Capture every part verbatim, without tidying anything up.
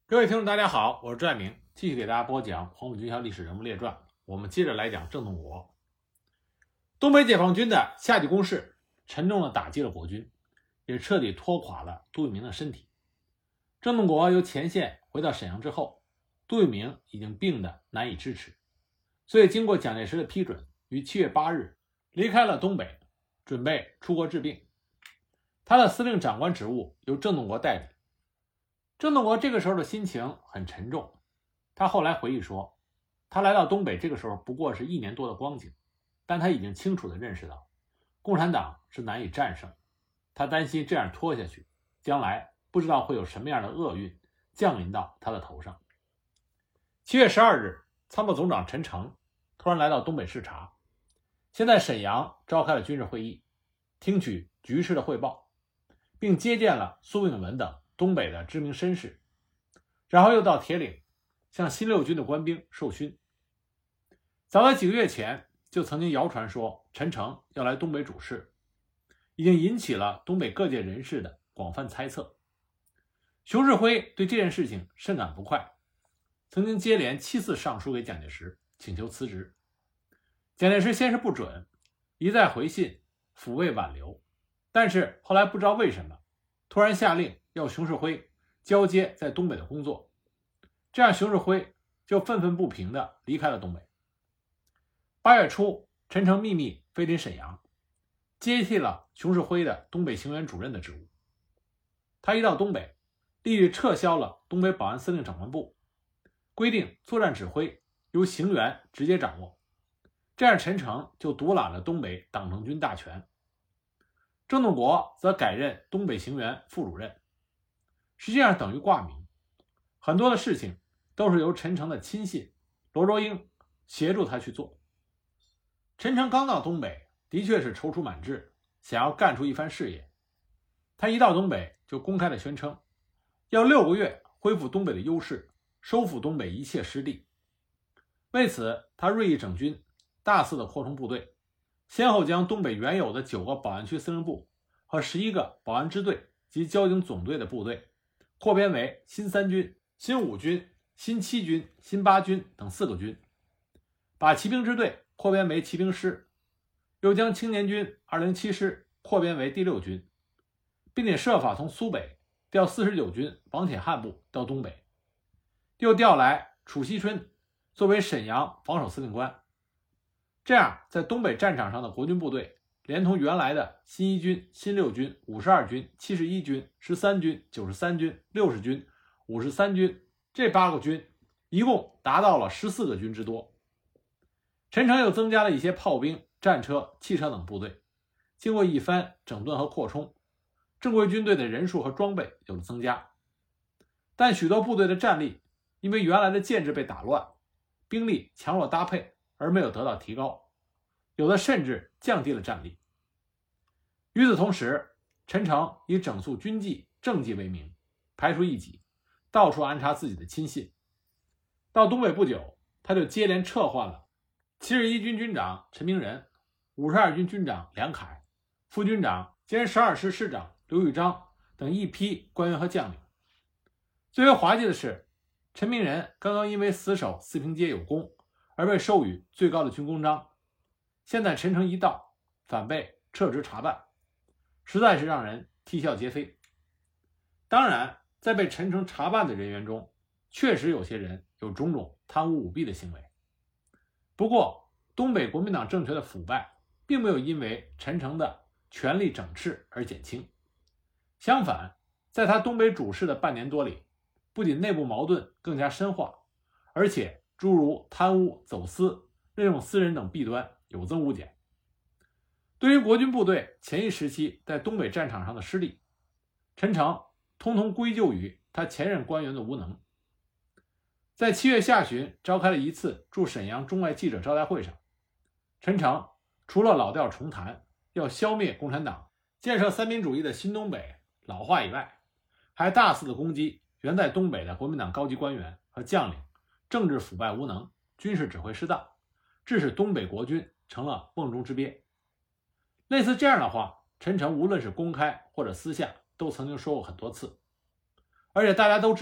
各位听众大家好，我是朱爱明，继续给大家播讲黄埔军校历史人物列传。我们接着来讲郑洞国。东北解放军的夏季攻势沉重地打击了国军，也彻底拖垮了杜聿明的身体。郑洞国由前线回到沈阳之后，杜聿明已经病得难以支持，所以经过蒋介石的批准，于七月八日离开了东北，准备出国治病。他的司令长官职务由郑洞国代理。郑洞国这个时候的心情很沉重，他后来回忆说，他来到东北这个时候不过是一年多的光景，但他已经清楚地认识到共产党是难以战胜，他担心这样拖下去，将来不知道会有什么样的厄运降临到他的头上。七月十二日，参谋总长陈诚突然来到东北视察，先在沈阳召开了军事会议，听取局势的汇报，并接见了苏永文等东北的知名绅士，然后又到铁岭向新六军的官兵授勋。早在几个月前就曾经谣传说陈诚要来东北主事，已经引起了东北各界人士的广泛猜测。熊式辉对这件事情深感不快，曾经接连七次上书给蒋介石请求辞职。蒋介石先是不准，一再回信抚慰挽留，但是后来不知道为什么突然下令要熊式辉交接在东北的工作，这样熊式辉就愤愤不平地离开了东北。八月初，陈诚秘密飞临沈阳，接替了熊式辉的东北行辕主任的职务。他一到东北，立即撤销了东北保安司令长官部，规定作战指挥由行辕直接掌握，这样陈诚就独揽了东北党政军大权。郑洞国则改任东北行辕副主任，实际上等于挂名，很多的事情都是由陈诚的亲信罗卓英协助他去做。陈诚刚到东北，的确是踌躇满志，想要干出一番事业。他一到东北就公开的宣称，要六个月恢复东北的优势，收复东北一切失地。为此，他锐意整军，大肆的扩充部队，先后将东北原有的九个保安区司令部和十一个保安支队及交警总队的部队扩编为新三军、新五军、新七军、新八军等四个军，把骑兵支队扩编为骑兵师，又将青年军二零七师扩编为第六军，并且设法从苏北调四十九军王铁汉部到东北，又调来楚锡春作为沈阳防守司令官。这样，在东北战场上的国军部队连同原来的新一军、新六军、五十二军、七十一军、十三军、九十三军、六十军、五十三军这八个军，一共达到了十四个军之多。陈诚又增加了一些炮兵、战车、汽车等部队，经过一番整顿和扩充，正规军队的人数和装备有了增加。但许多部队的战力因为原来的建制被打乱，兵力强弱搭配而没有得到提高，有的甚至降低了战力。与此同时，陈诚以整肃军纪、政绩为名，排除异己，到处安插自己的亲信。到东北不久，他就接连撤换了七十一军军长陈明仁、五十二军军长梁凯、副军长兼十二师师长刘玉章等一批官员和将领。最为滑稽的是，陈明仁刚刚因为死守四平街有功而被授予最高的军功章，现在陈诚一到，反被撤职查办，实在是让人啼笑皆非。当然，在被陈诚查办的人员中，确实有些人有种种贪污舞弊的行为。不过，东北国民党政权的腐败并没有因为陈诚的权力整治而减轻。相反，在他东北主事的半年多里，不仅内部矛盾更加深化，而且诸如贪污、走私、任用私人等弊端有增无减。对于国军部队前一时期在东北战场上的失利，陈诚通通归咎于他前任官员的无能。在七月下旬召开了一次驻沈阳中外记者招待会上，陈诚除了老调重弹要消灭共产党、建设三民主义的新东北老话以外，还大肆的攻击原在东北的国民党高级官员和将领政治腐败无能，军事指挥失当，致使东北国军成了瓮中之鳖。类似这样的话，陈诚无论是公开或者私下都曾经说过很多次。而且大家都知道，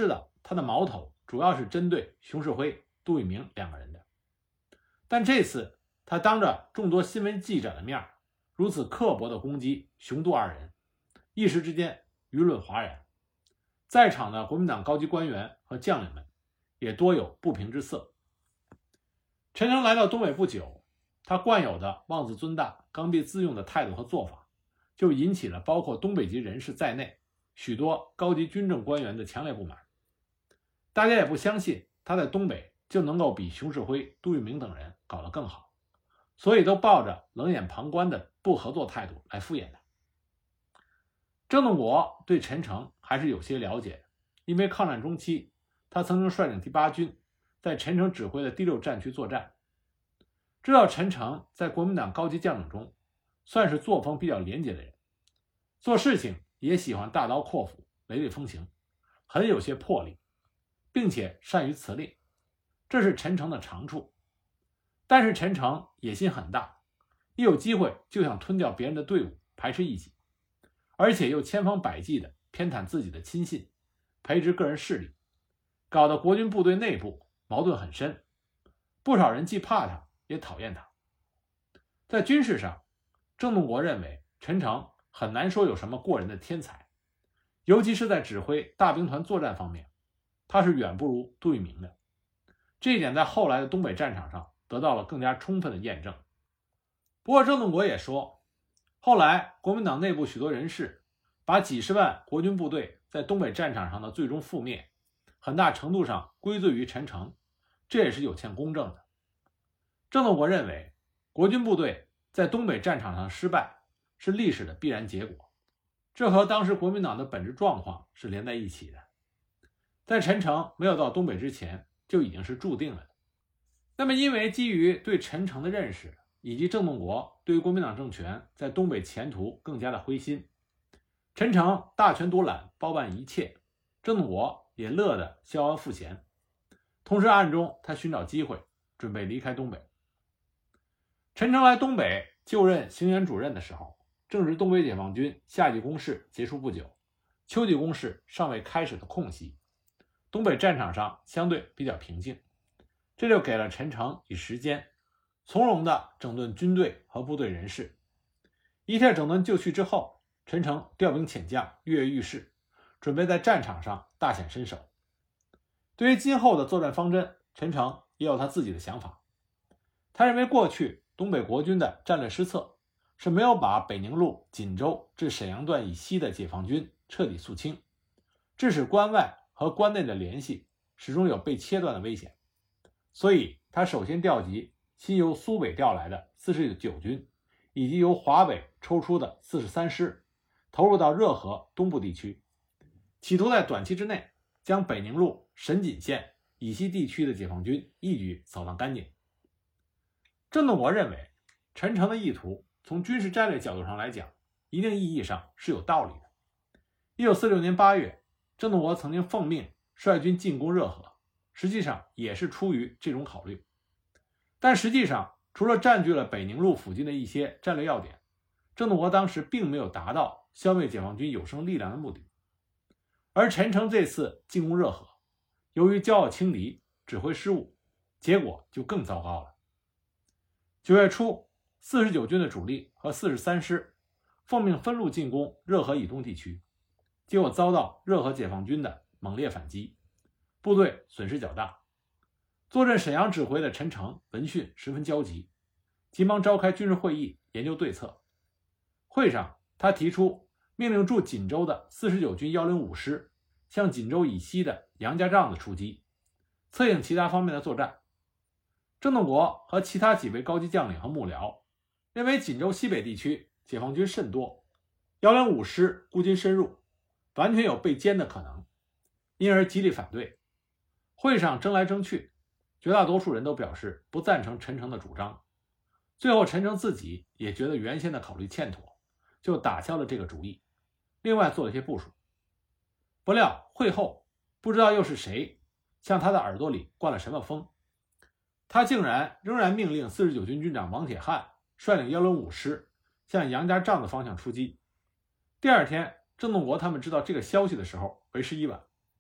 他的矛头主要是针对熊式辉、杜聿明两个人的。但这次他当着众多新闻记者的面如此刻薄地攻击熊杜二人，一时之间舆论哗然，在场的国民党高级官员和将领们也多有不平之色。陈诚来到东北不久，他惯有的妄自尊大、刚愎自用的态度和做法，就引起了包括东北籍人士在内许多高级军政官员的强烈不满。大家也不相信他在东北就能够比熊式辉、杜聿明等人搞得更好，所以都抱着冷眼旁观的不合作态度来敷衍他。郑洞国对陈诚还是有些了解的，因为抗战中期他曾经率领第八军在陈诚指挥的第六战区作战，知道陈诚在国民党高级将领中算是作风比较廉洁的人，做事情也喜欢大刀阔斧、雷厉风行，很有些魄力，并且善于辞令，这是陈诚的长处。但是陈诚野心很大，一有机会就想吞掉别人的队伍，排斥异己，而且又千方百计地偏袒自己的亲信，培植个人势力，搞得国军部队内部矛盾很深，不少人既怕他也讨厌他。在军事上，郑洞国认为陈诚很难说有什么过人的天才，尤其是在指挥大兵团作战方面，他是远不如杜聿明的。这一点在后来的东北战场上得到了更加充分的验证。不过郑洞国也说，后来国民党内部许多人士把几十万国军部队在东北战场上的最终覆灭，很大程度上归罪于陈诚，这也是有欠公正的。郑洞国认为，国军部队在东北战场上失败是历史的必然结果，这和当时国民党的本质状况是连在一起的。在陈诚没有到东北之前，就已经是注定了的。那么因为基于对陈诚的认识，以及郑洞国对于国民党政权在东北前途更加的灰心，陈诚大权独揽，包办一切，郑洞国也乐得逍遥赋闲，同时暗中他寻找机会准备离开东北。陈诚来东北就任行辕主任的时候，正值东北解放军夏季攻势结束不久，秋季攻势尚未开始的空隙，东北战场上相对比较平静，这就给了陈诚以时间从容地整顿军队和部队人事。一切整顿就绪之后，陈诚调兵遣将，跃跃欲试，准备在战场上大显身手。对于今后的作战方针，陈诚也有他自己的想法。他认为过去东北国军的战略失策是没有把北宁路、锦州至沈阳段以西的解放军彻底肃清，致使关外和关内的联系始终有被切断的危险。所以他首先调集新由苏北调来的四十九军，以及由华北抽出的四十三师，投入到热河东部地区，企图在短期之内将北宁路、沈锦县以西地区的解放军一举扫荡干净。郑洞国认为，陈诚的意图从军事战略角度上来讲，一定意义上是有道理的。一九四六年八月，郑洞国曾经奉命率军进攻热河，实际上也是出于这种考虑。但实际上，除了占据了北宁路附近的一些战略要点，郑洞国当时并没有达到消灭解放军有生力量的目的。而陈诚这次进攻热河，由于骄傲轻敌，指挥失误，结果就更糟糕了。九月初，四十九军的主力和四十三师奉命分路进攻热河以东地区，结果遭到热河解放军的猛烈反击，部队损失较大。坐镇沈阳指挥的陈诚闻讯十分焦急，急忙召开军事会议研究对策。会上，他提出命令驻锦州的四十九军一零五师向锦州以西的杨家帐子出击，策应其他方面的作战。郑洞国和其他几位高级将领和幕僚认为锦州西北地区解放军甚多，一零五师孤军深入，完全有被歼的可能，因而极力反对。会上争来争去，绝大多数人都表示不赞成陈诚的主张。最后陈诚自己也觉得原先的考虑欠妥，就打消了这个主意，另外做了些部署。不料会后，不知道又是谁向他的耳朵里灌了什么风，他竟然仍然命令四十九军军长王铁汉率领一零五师向杨家帐的方向出击。第二天，郑洞国他们知道这个消息的时候为时已晚，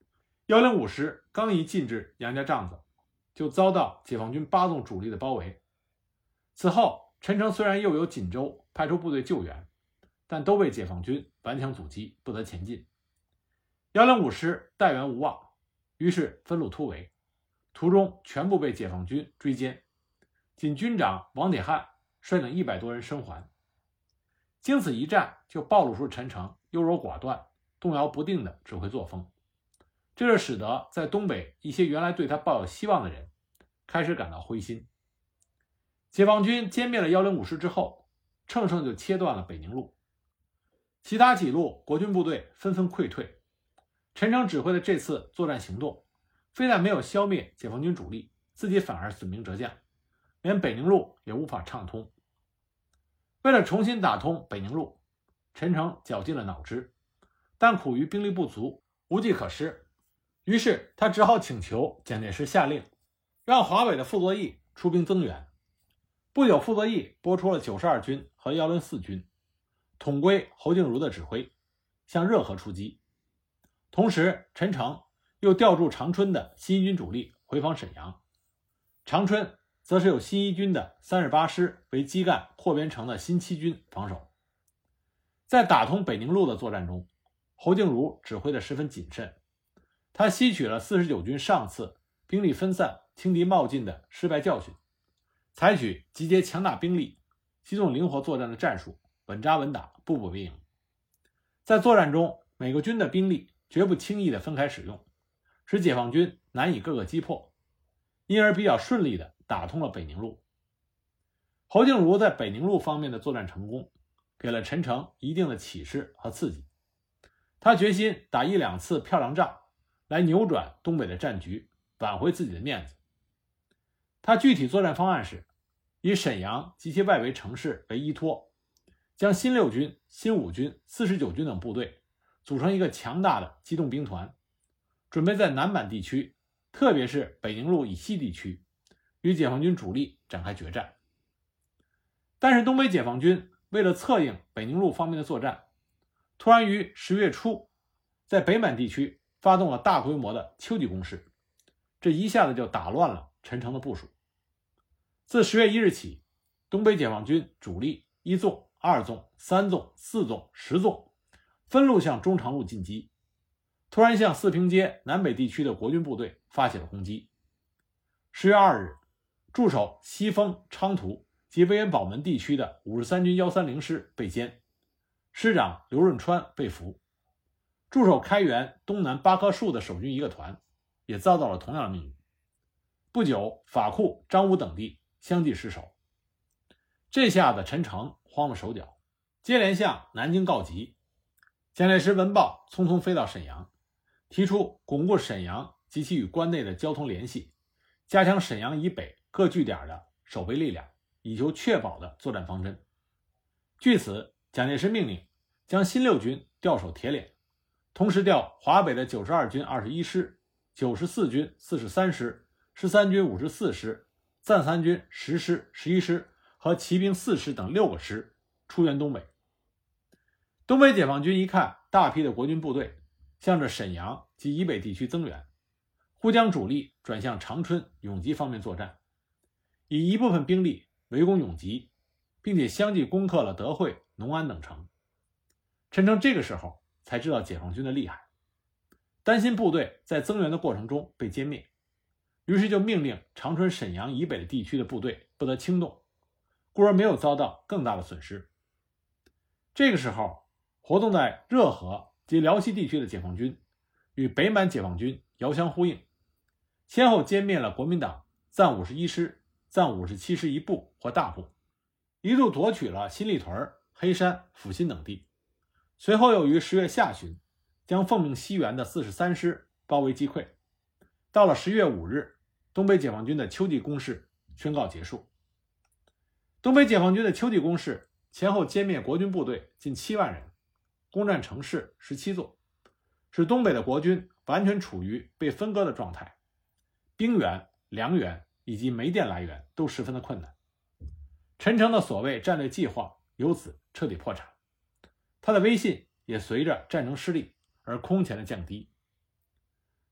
一零五师刚一进至杨家帐子，就遭到解放军八纵主力的包围。此后，陈诚虽然又由锦州派出部队救援，但都被解放军顽强阻击，不得前进。一零五师待援无望，于是分路突围，途中全部被解放军追歼，仅军长王铁汉率领一百多人生还。经此一战，就暴露出陈诚优柔寡断、动摇不定的指挥作风，这就使得在东北一些原来对他抱有希望的人开始感到灰心。解放军歼灭了一零五师之后，乘胜就切断了北宁路，其他几路国军部队纷纷溃退。陈诚指挥的这次作战行动，非但没有消灭解放军主力，自己反而损兵折将，连北宁路也无法畅通。为了重新打通北宁路，陈诚绞尽了脑汁，但苦于兵力不足，无计可施，于是他只好请求蒋介石下令，让华北的傅作义出兵增援。不久，傅作义拨出了九十二军和一零四军，统归侯静茹的指挥，向热河出击。同时，陈诚又调驻长春的新一军主力回防沈阳，长春则是由新一军的三十八师为基干扩编成的新七军防守。在打通北宁路的作战中，侯静茹指挥得十分谨慎，他吸取了四十九军上次兵力分散、轻敌冒进的失败教训，采取集结强大兵力、机动灵活作战的战术，稳扎稳打，步步为营。在作战中，每个军的兵力绝不轻易地分开使用，使解放军难以各个击破，因而比较顺利地打通了北宁路。侯静茹在北宁路方面的作战成功，给了陈诚一定的启示和刺激。他决心打一两次漂亮仗，来扭转东北的战局，挽回自己的面子。他具体作战方案是，以沈阳及其外围城市为依托，将新六军、新五军、四十九军等部队组成一个强大的机动兵团，准备在南满地区，特别是北宁路以西地区，与解放军主力展开决战。但是东北解放军为了策应北宁路方面的作战，突然于十月初在北满地区发动了大规模的秋季攻势，这一下子就打乱了陈诚的部署。自十月一日起，东北解放军主力一纵、二纵、三纵、四纵、十纵分路向中长路进击，突然向四平街南北地区的国军部队发起了攻击。十月二日，驻守西丰、昌图及威远堡门地区的五十三军一三零师被歼，师长刘润川被俘。驻守开原东南八棵树的守军一个团也遭到了同样的命运。不久，法库、张武等地相继失守。这下子陈诚慌了手脚，接连向南京告急。蒋介石闻报，匆匆飞到沈阳，提出巩固沈阳及其与关内的交通联系，加强沈阳以北各据点的守备力量，以求确保的作战方针。据此，蒋介石命令将新六军调守铁岭，同时调华北的九十二军二十一师、九十四军四十三师、十三军五十四师、暂三军十师、十一师和骑兵四师等六个师出援东北。东北解放军一看大批的国军部队向着沈阳及以北地区增援，忽将主力转向长春、永吉方面作战，以一部分兵力围攻永吉，并且相继攻克了德惠、农安等城。陈诚这个时候才知道解放军的厉害，担心部队在增援的过程中被歼灭，于是就命令长春、沈阳以北的地区的部队不得轻动，故而没有遭到更大的损失。这个时候，活动在热河及辽西地区的解放军与北满解放军遥相呼应，先后歼灭了国民党暂五十一师、暂五十七师一部或大部，一度夺取了新立屯、黑山、阜新等地。随后又于十月下旬将奉命西援的四十三师包围击溃。到了十月五日，东北解放军的秋季攻势宣告结束。东北解放军的秋季攻势前后歼灭国军部队近七万人，攻占城市十七座，使东北的国军完全处于被分割的状态，兵源、粮源以及煤电来源都十分的困难。陈诚的所谓战略计划由此彻底破产，他的威信也随着战争失利而空前的降低。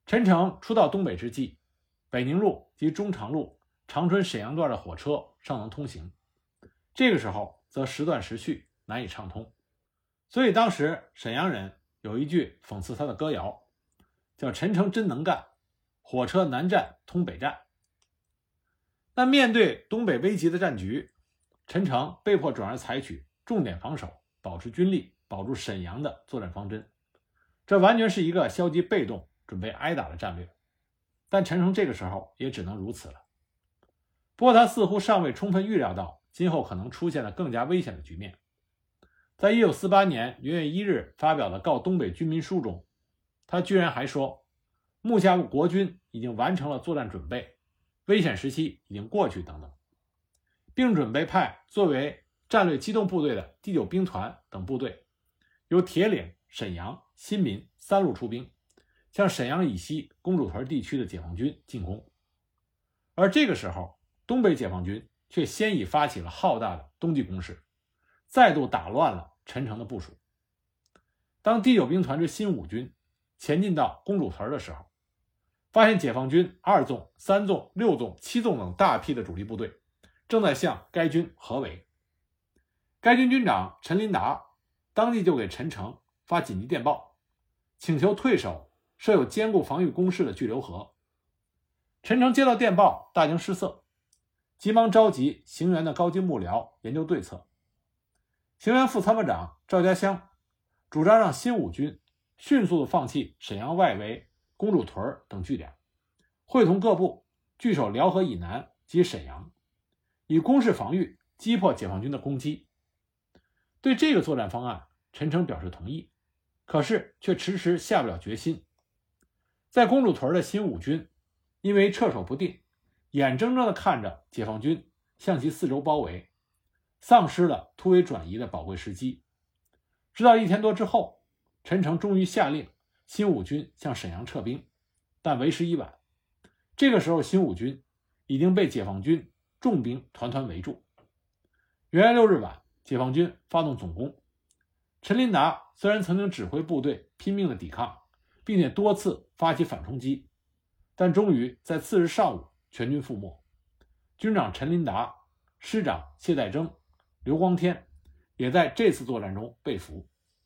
陈诚初到东北之际，北宁路及中长路长春沈阳段的火车尚能通行，这个时候则时断时续，难以畅通。所以当时沈阳人有一句讽刺他的歌谣，叫陈诚真能干，火车南站通北站。那面对东北危急的战局，陈诚被迫转而采取重点防守、保持军力、保住沈阳的作战方针，这完全是一个消极被动、准备挨打的战略。但陈诚这个时候也只能如此了。不过他似乎尚未充分预料到今后可能出现了更加危险的局面。在一九四八年元月一日发表的告东北军民书中，他居然还说，目下国军已经完成了作战准备，危险时期已经过去等等，并准备派作为战略机动部队的第九兵团等部队，由铁岭、沈阳、新民三路出兵，向沈阳以西公主屯地区的解放军进攻。而这个时候，东北解放军却先已发起了浩大的冬季攻势，再度打乱了陈诚的部署。当第九兵团之新五军前进到公主屯的时候，发现解放军二纵、三纵、六纵、七纵等大批的主力部队正在向该军合围。该军军长陈林达当即就给陈诚发紧急电报，请求退守设有坚固防御工事的巨流河。陈诚接到电报，大惊失色，急忙召集行辕的高级幕僚研究对策。行辕副参谋长赵家湘主张让新五军迅速地放弃沈阳外围、公主屯等据点，会同各部据守辽河以南及沈阳，以攻势防御，击破解放军的攻击。对这个作战方案，陈诚表示同意，可是却迟迟下不了决心。在公主屯的新五军因为撤守不定，眼睁睁地看着解放军向其四周包围，丧失了突围转移的宝贵时机。直到一天多之后，陈诚终于下令新五军向沈阳撤兵，但为时已晚。这个时候新五军已经被解放军重兵团团围住。元月六日晚，解放军发动总攻。陈林达虽然曾经指挥部队拼命的抵抗，并且多次发起反冲击，但终于在次日上午全军覆没。军长陈林达、师长谢代征、刘光天也在这次作战中被俘。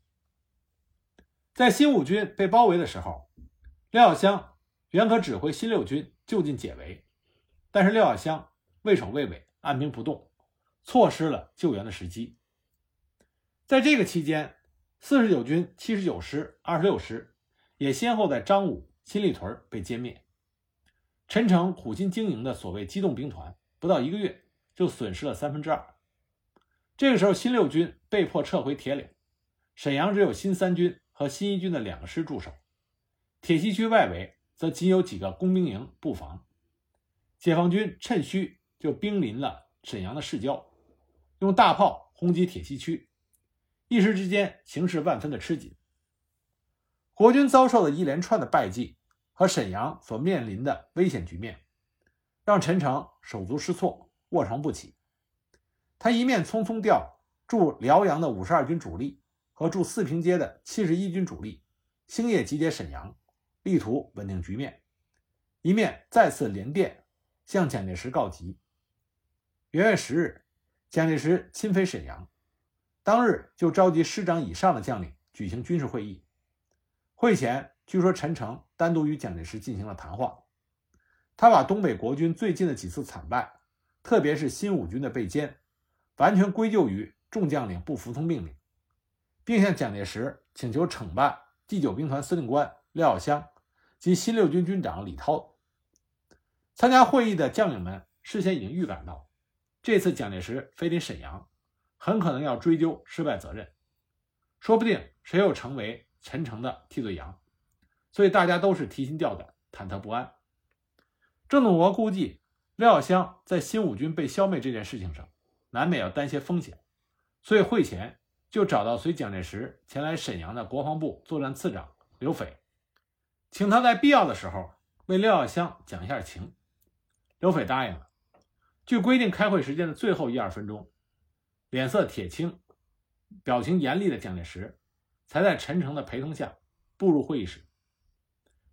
在新五军被包围的时候，廖耀湘原可指挥新六军就近解围，但是廖耀湘畏首畏尾，按兵不动，错失了救援的时机。在这个期间，四十九军七十九师、二十六师也先后在张武、新立屯被歼灭。陈诚苦心经营的所谓机动兵团，不到一个月就损失了三分之二。这个时候，新六军被迫撤回铁岭，沈阳只有新三军和新一军的两个师驻守，铁西区外围则仅有几个工兵营布防。解放军趁虚就兵临了沈阳的市郊，用大炮轰击铁西区，一时之间形势万分的吃紧。国军遭受的一连串的败绩和沈阳所面临的危险局面，让陈诚手足失措，卧床不起。他一面匆匆调驻辽阳的五十二军主力和驻四平街的七十一军主力星夜集结沈阳，力图稳定局面，一面再次连电向蒋介石告急。元月十日，蒋介石亲飞沈阳，当日就召集师长以上的将领举行军事会议。会前，据说陈诚单独与蒋介石进行了谈话，他把东北国军最近的几次惨败，特别是新五军的被歼，完全归咎于众将领不服从命令，并向蒋介石请求惩办第九兵团司令官廖耀湘及新六军军长李涛。参加会议的将领们事先已经预感到，这次蒋介石飞临沈阳，很可能要追究失败责任，说不定谁又成为陈诚的替罪羊，所以大家都是提心吊胆，忐忑不安。郑洞国估计廖耀湘在新五军被消灭这件事情上难免要担些风险，所以会前就找到随蒋介石前来沈阳的国防部作战次长刘斐，请他在必要的时候为廖耀湘讲一下情。刘斐答应了。据规定开会时间的最后一二分钟，脸色铁青、表情严厉的蒋介石才在陈诚的陪同下步入会议室。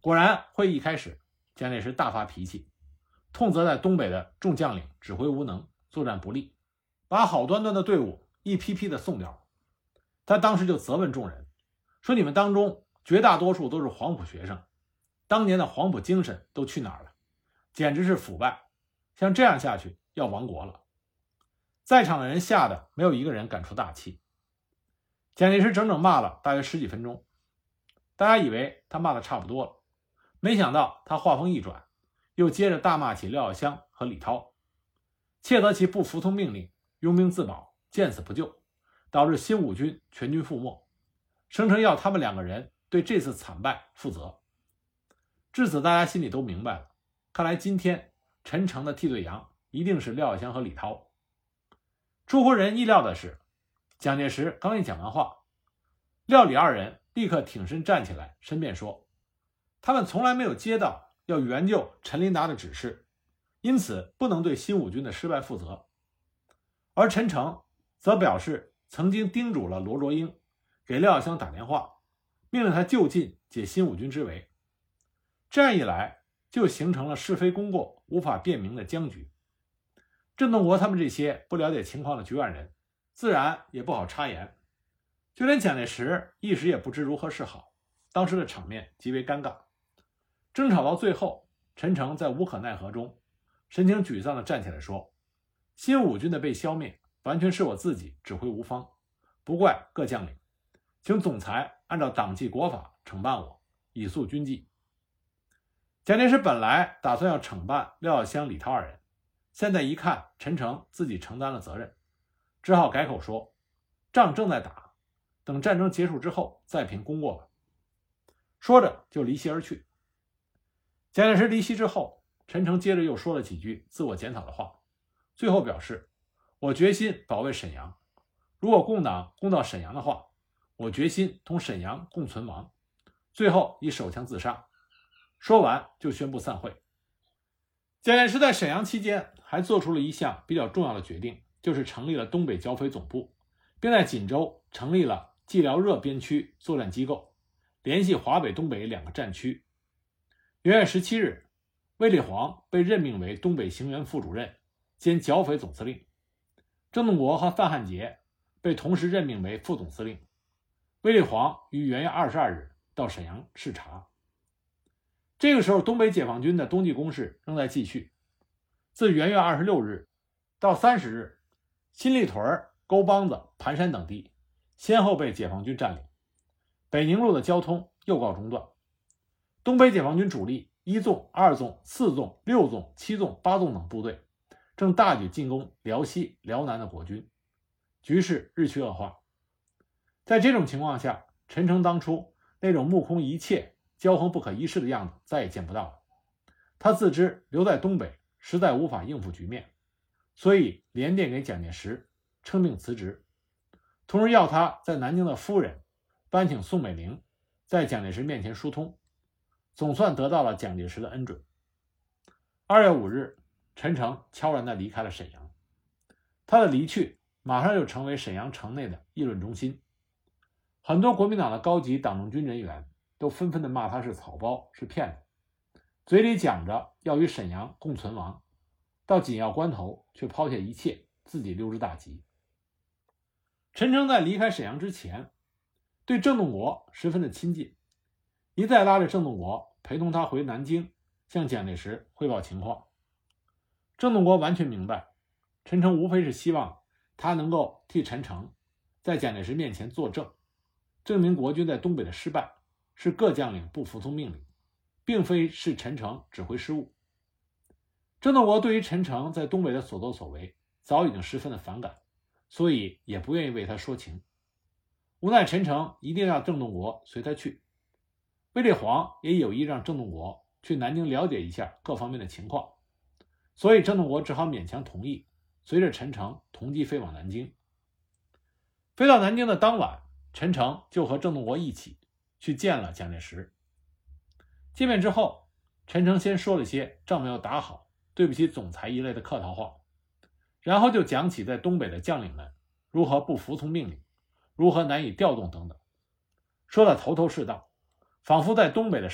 果然，会议一开始，蒋介石大发脾气，痛责在东北的众将领指挥无能，作战不利，把好端端的队伍一批批的送掉。他当时就责问众人，说你们当中绝大多数都是黄埔学生，当年的黄埔精神都去哪儿了？简直是腐败，像这样下去要亡国了。在场的人吓得没有一个人敢出大气。蒋介石整整骂了大约十几分钟，大家以为他骂的差不多了，没想到他话锋一转，又接着大骂起廖耀湘和李涛，窃得其不服从命令，拥兵自保，见死不救，导致新五军全军覆没，声称要他们两个人对这次惨败负责。至此大家心里都明白了，看来今天陈诚的替罪羊一定是廖耀湘和李涛。出乎人意料的是，蒋介石刚一讲完话，廖李二人立刻挺身站起来，申辩说他们从来没有接到要援救陈林达的指示，因此不能对新五军的失败负责。而陈诚则表示曾经叮嘱了罗卓英给廖耀湘打电话，命令他就近解新五军之围。这样一来，就形成了是非功过无法辨明的僵局。郑洞国他们这些不了解情况的局外人，自然也不好插言，就连蒋介石一时也不知如何是好，当时的场面极为尴尬。争吵到最后，陈诚在无可奈何中神情沮丧地站起来说，新五军的被消灭完全是我自己指挥无方，不怪各将领，请总裁按照党纪国法惩办我，以肃军纪。蒋介石本来打算要惩办廖耀湘、李涛二人，现在一看陈诚自己承担了责任，只好改口说仗正在打，等战争结束之后再评功过吧。说着就离席而去。蒋介石离席之后，陈诚接着又说了几句自我检讨的话，最后表示，我决心保卫沈阳，如果共党攻到沈阳的话，我决心同沈阳共存亡，最后以手枪自杀。说完就宣布散会。蒋介石在沈阳期间还做出了一项比较重要的决定，就是成立了东北剿匪总部，并在锦州成立了蓟辽热边区作战机构，联系华北、东北两个战区。元月十七日，卫立煌被任命为东北行辕副主任兼剿匪总司令，郑洞国和范汉杰被同时任命为副总司令。卫立煌于元月二十二日到沈阳视察。这个时候，东北解放军的冬季攻势仍在继续。自元月二十六日到三十日，新立屯、沟帮子、盘山等地先后被解放军占领，北宁路的交通又告中断。东北解放军主力一纵、二纵、四纵、六纵、七纵、八纵等部队正大举进攻辽西、辽南的国军，局势日趋恶化。在这种情况下，陈诚当初那种目空一切、骄横不可一世的样子再也见不到了。他自知留在东北实在无法应付局面，所以连电给蒋介石称病辞职，同时要他在南京的夫人搬请宋美龄在蒋介石面前疏通，总算得到了蒋介石的恩准。二月五日，陈诚悄然地离开了沈阳。他的离去马上就成为沈阳城内的议论中心，很多国民党的高级党政军人员都纷纷地骂他是草包，是骗子，嘴里讲着要与沈阳共存亡，到紧要关头却抛下一切，自己溜之大吉。陈诚在离开沈阳之前，对郑洞国十分的亲近，一再拉着郑洞国陪同他回南京，向蒋介石汇报情况。郑洞国完全明白，陈诚无非是希望他能够替陈诚在蒋介石面前作证，证明国军在东北的失败是各将领不服从命令，并非是陈诚指挥失误。郑洞国对于陈诚在东北的所作所为早已经十分的反感，所以也不愿意为他说情。无奈陈诚一定要郑洞国随他去，卫立煌也有意让郑洞国去南京了解一下各方面的情况，所以郑洞国只好勉强同意，随着陈诚同机飞往南京。飞到南京的当晚，陈诚就和郑洞国一起去见了蒋介石。见面之后，陈诚先说了些仗没有打好、对不起总裁一类的客套话，然后就讲起在东北的将领们如何不服从命令，如何难以调动等等，说得头头是道，仿佛在东北的失败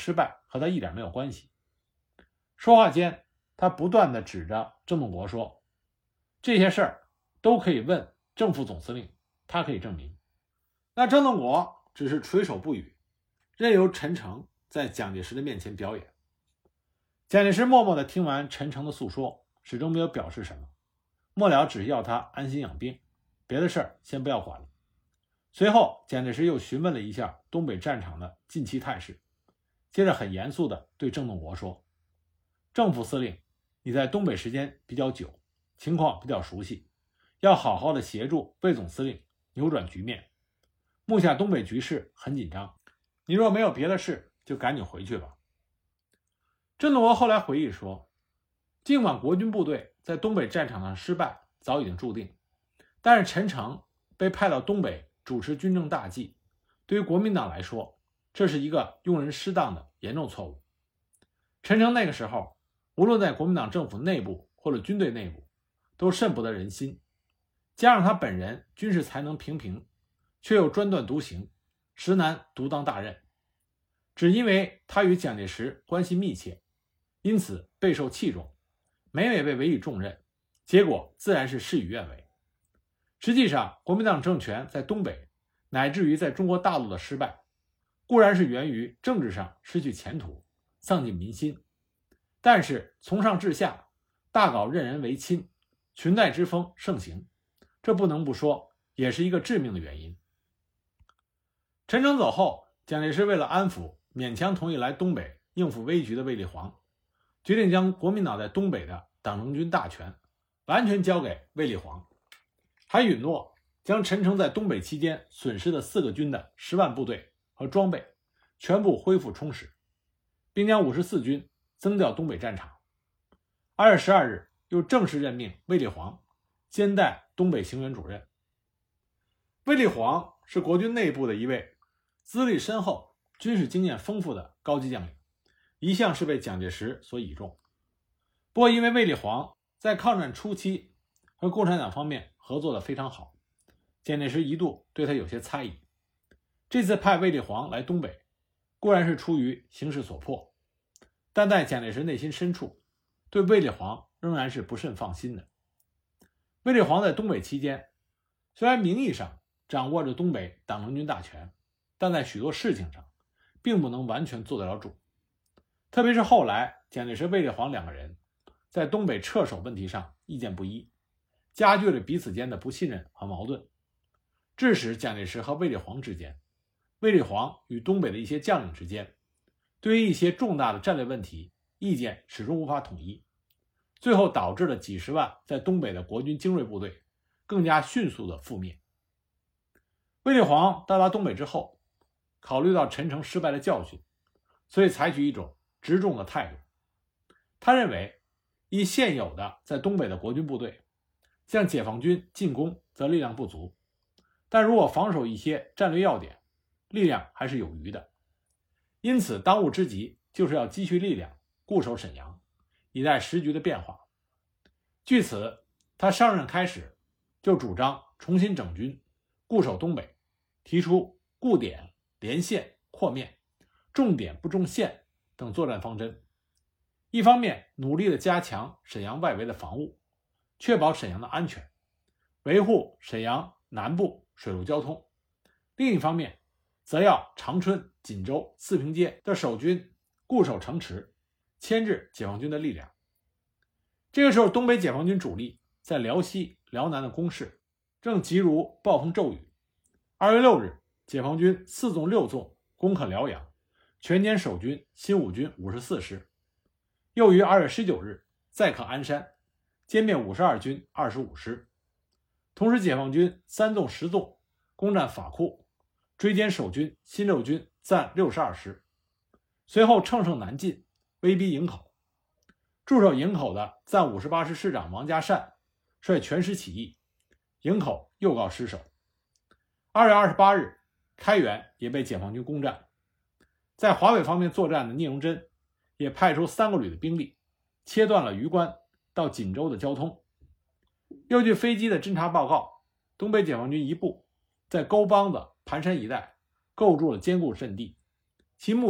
和他一点没有关系。说话间，他不断地指着郑洞国说，这些事儿都可以问正副总司令，他可以证明。那郑洞国只是垂手不语，任由陈诚在蒋介石的面前表演。蒋介石默默地听完陈诚的诉说，始终没有表示什么，末了只是要他安心养病，别的事儿先不要管了。随后蒋介石又询问了一下东北战场的近期态势，接着很严肃地对郑洞国说，郑副司令，你在东北时间比较久，情况比较熟悉，要好好的协助魏总司令扭转局面。目下东北局势很紧张，你若没有别的事，就赶紧回去吧。郑洞国后来回忆说，尽管国军部队在东北战场上失败早已经注定，但是陈诚被派到东北主持军政大计，对于国民党来说，这是一个用人失当的严重错误。陈诚那个时候无论在国民党政府内部或者军队内部都甚不得人心，加上他本人军事才能平平，却又专断独行，实难独当大任。只因为他与蒋介石关系密切，因此备受器重，每每被委以重任，结果自然是事与愿违。实际上，国民党政权在东北乃至于在中国大陆的失败，固然是源于政治上失去前途，丧尽民心，但是从上至下大搞任人唯亲，裙带之风盛行，这不能不说也是一个致命的原因。陈诚走后，蒋介石为了安抚勉强同意来东北应付危局的卫立煌，决定将国民党在东北的党政军大权完全交给卫立煌，还允诺将陈诚在东北期间损失的四个军的十万部队和装备全部恢复充实，并将五十四军增调东北战场。二月十二日又正式任命卫立煌兼代东北行辕主任。卫立煌是国军内部的一位资历深厚、军事经验丰富的高级将领，一向是被蒋介石所倚重。不过因为卫立煌在抗战初期和共产党方面合作的非常好，蒋介石一度对他有些猜疑。这次派卫立煌来东北固然是出于形势所迫，但在蒋介石内心深处对卫立煌仍然是不甚放心的。卫立煌在东北期间虽然名义上掌握着东北党政军大权，但在许多事情上并不能完全做得了主。特别是后来蒋介石、卫立煌两个人在东北撤守问题上意见不一，加剧了彼此间的不信任和矛盾，致使蒋介石和卫立煌之间，卫立煌与东北的一些将领之间，对于一些重大的战略问题意见始终无法统一，最后导致了几十万在东北的国军精锐部队更加迅速的覆灭。卫立煌到达东北之后，考虑到陈诚失败的教训，所以采取一种执重的态度。他认为以现有的在东北的国军部队，向解放军进攻则力量不足，但如果防守一些战略要点，力量还是有余的。因此当务之急就是要积蓄力量，固守沈阳，以待时局的变化。据此，他上任开始就主张重新整军，固守东北，提出固点、连线、扩面、重点不重线等作战方针。一方面努力地加强沈阳外围的防务，确保沈阳的安全，维护沈阳南部水陆交通；另一方面则要长春、锦州、四平街的守军固守城池，牵制解放军的力量。这个时候，东北解放军主力在辽西、辽南的攻势正急如暴风骤雨。二月六日，解放军四纵六纵攻克辽阳，全歼守军新五军五十四师。又于二月十九日再克鞍山，歼灭五十二军二十五师。同时，解放军三纵十纵攻占法库，追歼守军新六军暂六十二师。随后乘胜南进，威逼营口。驻守营口的暂五十八师师长王家善率全师起义，营口又告失守。二月二十八日，开原也被解放军攻占。在华北方面作战的聂荣臻也派出三个旅的兵力，切断了榆关到锦州的交通。又据飞机的侦察报告，东北解放军一部在沟帮子、盘山一带构筑了坚固阵地，其目的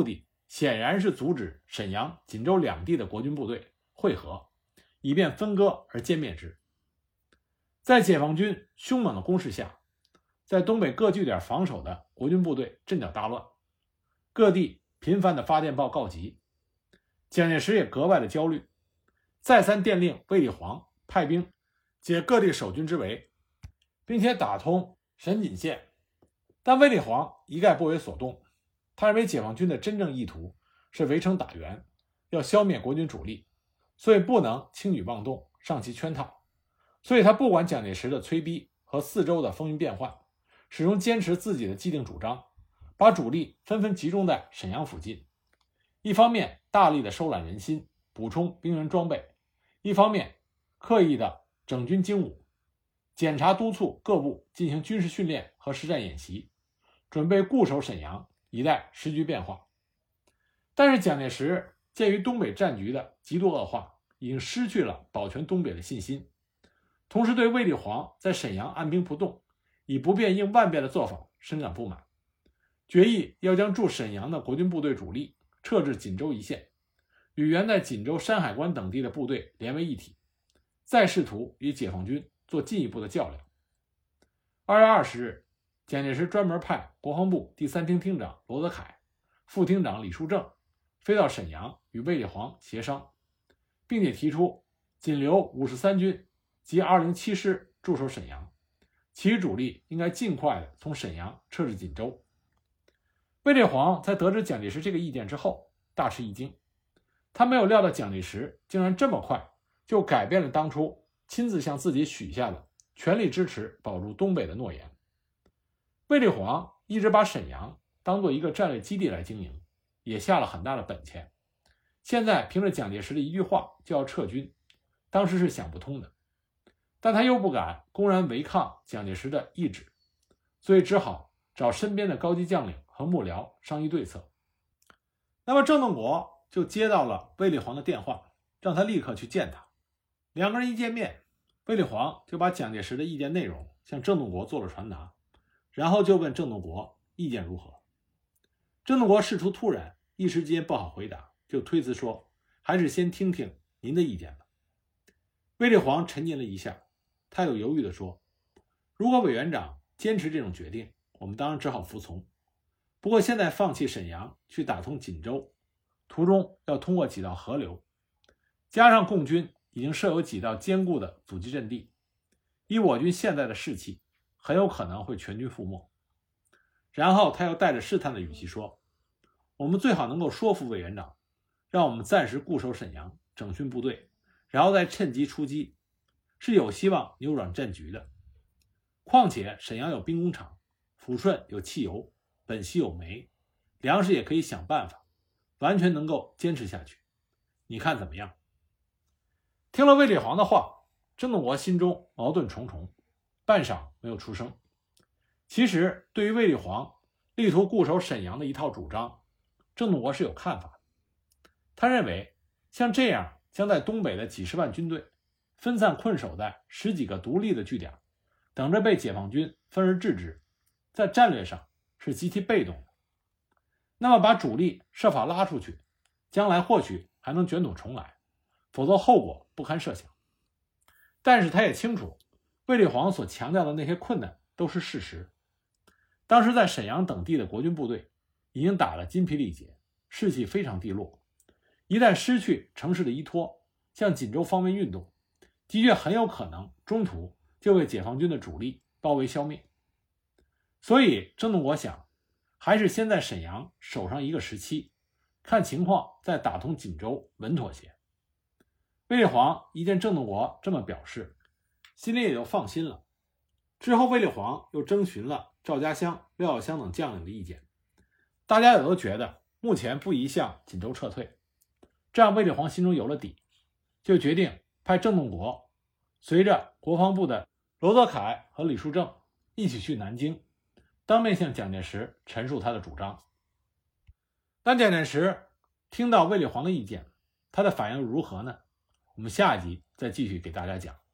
显然是阻止沈阳、锦州两地的国军部队会合，以便分割而歼灭之。在解放军凶猛的攻势下，在东北各据点防守的国军部队阵脚大乱，各地频繁的发电报告急。蒋介石也格外的焦虑，再三电令卫立煌派兵解各地守军之围，并且打通沈锦线。但卫立煌一概不为所动，他认为解放军的真正意图是围城打援，要消灭国军主力，所以不能轻举妄动，上其圈套。所以他不管蒋介石的催逼和四周的风云变幻，始终坚持自己的既定主张，把主力纷纷集中在沈阳附近。一方面大力的收揽人心，补充兵员装备，一方面刻意的整军精武，检查督促各部进行军事训练和实战演习，准备固守沈阳，以待时局变化。但是蒋介石鉴于东北战局的极度恶化，已经失去了保全东北的信心，同时对卫立煌在沈阳按兵不动，以不变应万变的做法深感不满，决议要将驻沈阳的国军部队主力撤至锦州一线，与原在锦州、山海关等地的部队连为一体，再试图与解放军做进一步的较量。二月二十日，蒋介石专门派国防部第三厅厅长罗泽楷、副厅长李树正飞到沈阳与卫立煌协商，并且提出仅留五十三军及二零七师驻守沈阳，其余主力应该尽快的从沈阳撤至锦州。卫立煌在得知蒋介石这个意见之后大吃一惊，他没有料到蒋介石竟然这么快就改变了当初亲自向自己许下的全力支持保住东北的诺言。卫立煌一直把沈阳当作一个战略基地来经营，也下了很大的本钱，现在凭着蒋介石的一句话就要撤军，当时是想不通的。但他又不敢公然违抗蒋介石的意志，所以只好找身边的高级将领和幕僚商议对策。那么郑洞国就接到了卫立煌的电话，让他立刻去见他。两个人一见面，卫立煌就把蒋介石的意见内容向郑洞国做了传达，然后就问郑洞国意见如何。郑洞国事出突然，一时间不好回答，就推辞说还是先听听您的意见吧。卫立煌沉吟了一下，态度犹豫地说，如果委员长坚持这种决定，我们当然只好服从。不过现在放弃沈阳去打通锦州，途中要通过几道河流，加上共军已经设有几道坚固的阻击阵地，以我军现在的士气，很有可能会全军覆没。然后他又带着试探的语气说，我们最好能够说服委员长，让我们暂时固守沈阳，整训部队，然后再趁机出击，是有希望扭转战局的。况且沈阳有兵工厂，抚顺有汽油，本溪有煤，粮食也可以想办法，完全能够坚持下去。你看怎么样？听了卫立煌的话，郑洞国心中矛盾重重，半晌没有出声。其实对于卫立煌力图固守沈阳的一套主张，郑洞国是有看法的。他认为像这样将在东北的几十万军队分散困守在十几个独立的据点，等着被解放军分而治之，在战略上是极其被动的。那么把主力设法拉出去，将来或许还能卷土重来，否则后果不堪设想。但是他也清楚，卫立煌所强调的那些困难都是事实。当时在沈阳等地的国军部队已经打得筋疲力竭，士气非常低落，一旦失去城市的依托，向锦州方面运动，的确很有可能中途就被解放军的主力包围消灭。所以郑洞国想，还是先在沈阳守上一个时期，看情况再打通锦州稳妥些。卫立煌一见郑洞国这么表示，心里也就放心了。之后卫立煌又征询了赵家乡、廖耀湘等将领的意见，大家也都觉得目前不宜向锦州撤退，这样卫立煌心中有了底，就决定派郑洞国随着国防部的罗泽楷和李树正一起去南京，当面向蒋介石陈述他的主张。当蒋介石听到卫立煌的意见，他的反应如何呢？我们下一集再继续给大家讲。